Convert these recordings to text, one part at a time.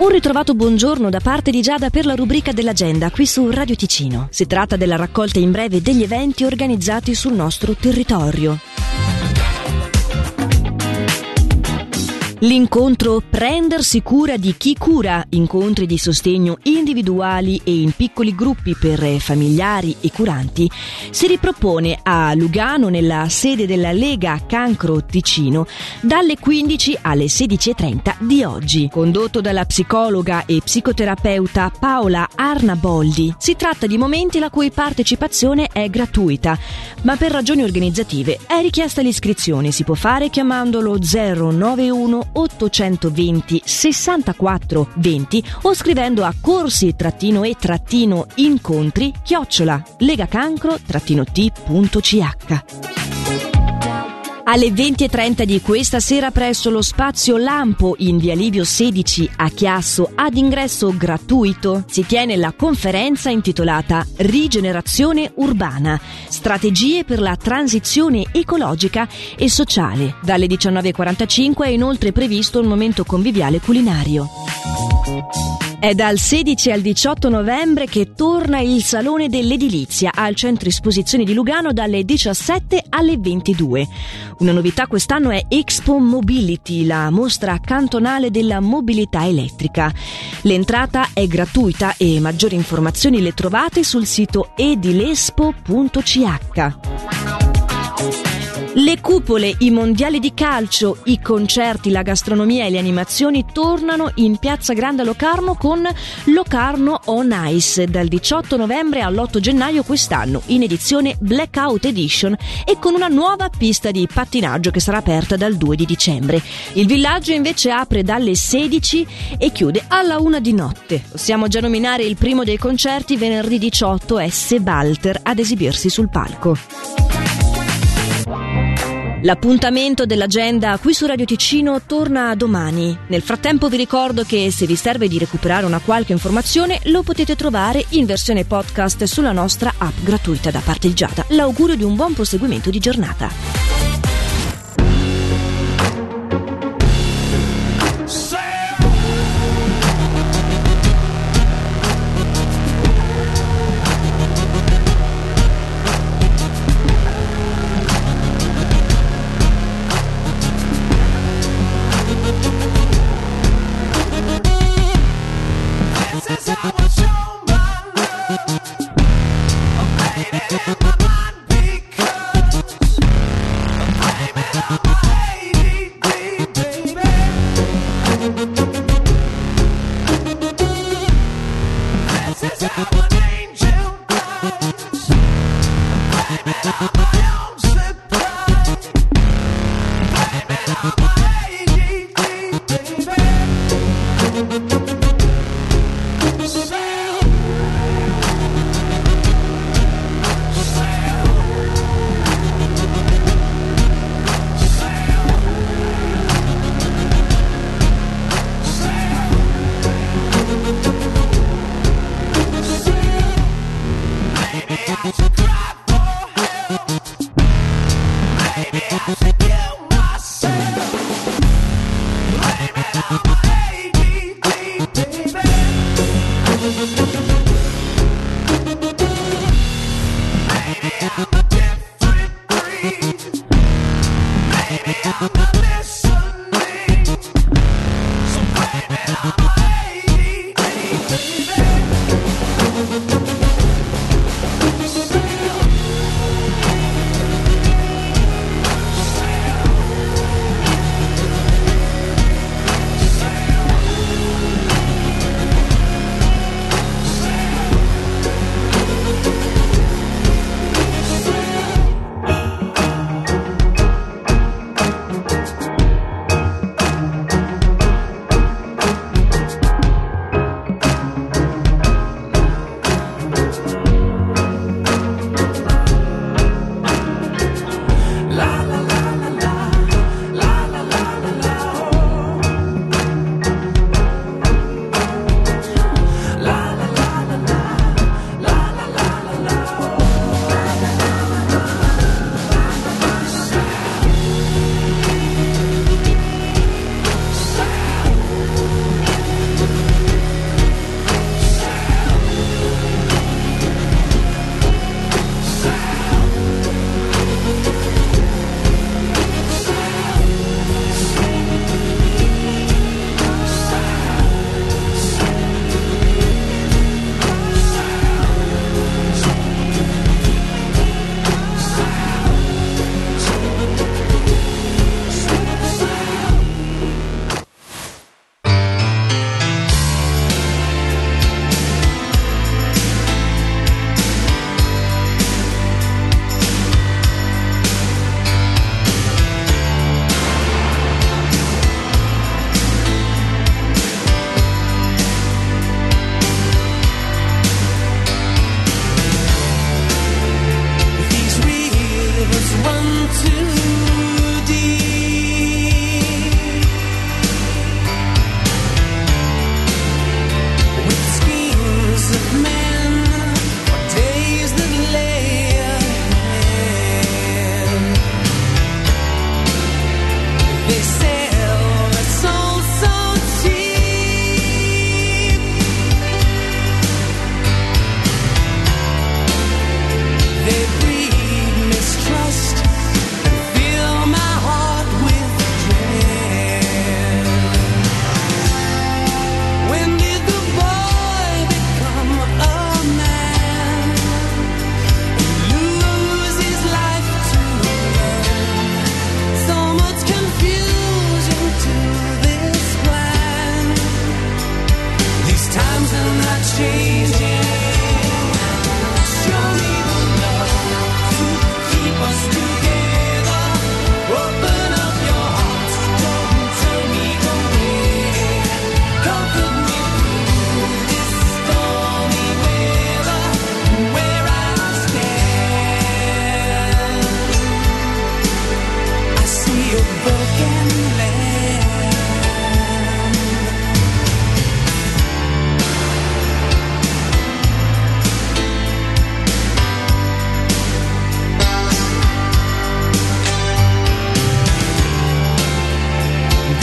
Un ritrovato buongiorno da parte di Giada per la rubrica dell'agenda qui su Radio Ticino. Si tratta della raccolta in breve degli eventi organizzati sul nostro territorio. L'incontro Prendersi cura di chi cura, incontri di sostegno individuali e in piccoli gruppi per familiari e curanti, si ripropone a Lugano nella sede della Lega Cancro Ticino dalle 15 alle 16:30 di oggi. Condotto dalla psicologa e psicoterapeuta Paola Arnaboldi, si tratta di momenti la cui partecipazione è gratuita, ma per ragioni organizzative è richiesta l'iscrizione. Si può fare chiamandolo 091 820 64 20 o scrivendo a corsi-incontri@legacancro-t.ch. Alle 20:30 di questa sera presso lo spazio Lampo in via Livio 16 a Chiasso, ad ingresso gratuito, si tiene la conferenza intitolata Rigenerazione urbana, strategie per la transizione ecologica e sociale. Dalle 19:45 è inoltre previsto un momento conviviale culinario. È dal 16 al 18 novembre che torna il Salone dell'Edilizia al Centro Esposizioni di Lugano dalle 17 alle 22. Una novità quest'anno è Expo Mobility, la mostra cantonale della mobilità elettrica. L'entrata è gratuita e maggiori informazioni le trovate sul sito edilespo.ch. Le cupole, i mondiali di calcio, i concerti, la gastronomia e le animazioni tornano in Piazza Grande a Locarno con Locarno on Ice dal 18 novembre all'8 gennaio quest'anno in edizione Blackout Edition e con una nuova pista di pattinaggio che sarà aperta dal 2 di dicembre. Il villaggio invece apre dalle 16 e chiude alla 1 di notte. Possiamo già nominare il primo dei concerti. Venerdì 18 è Sebalter ad esibirsi sul palco. L'appuntamento dell'agenda qui su Radio Ticino torna domani. Nel frattempo vi ricordo che se vi serve di recuperare una qualche informazione lo potete trovare in versione podcast sulla nostra app gratuita da parte di Giada. L'augurio di un buon proseguimento di giornata.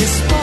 che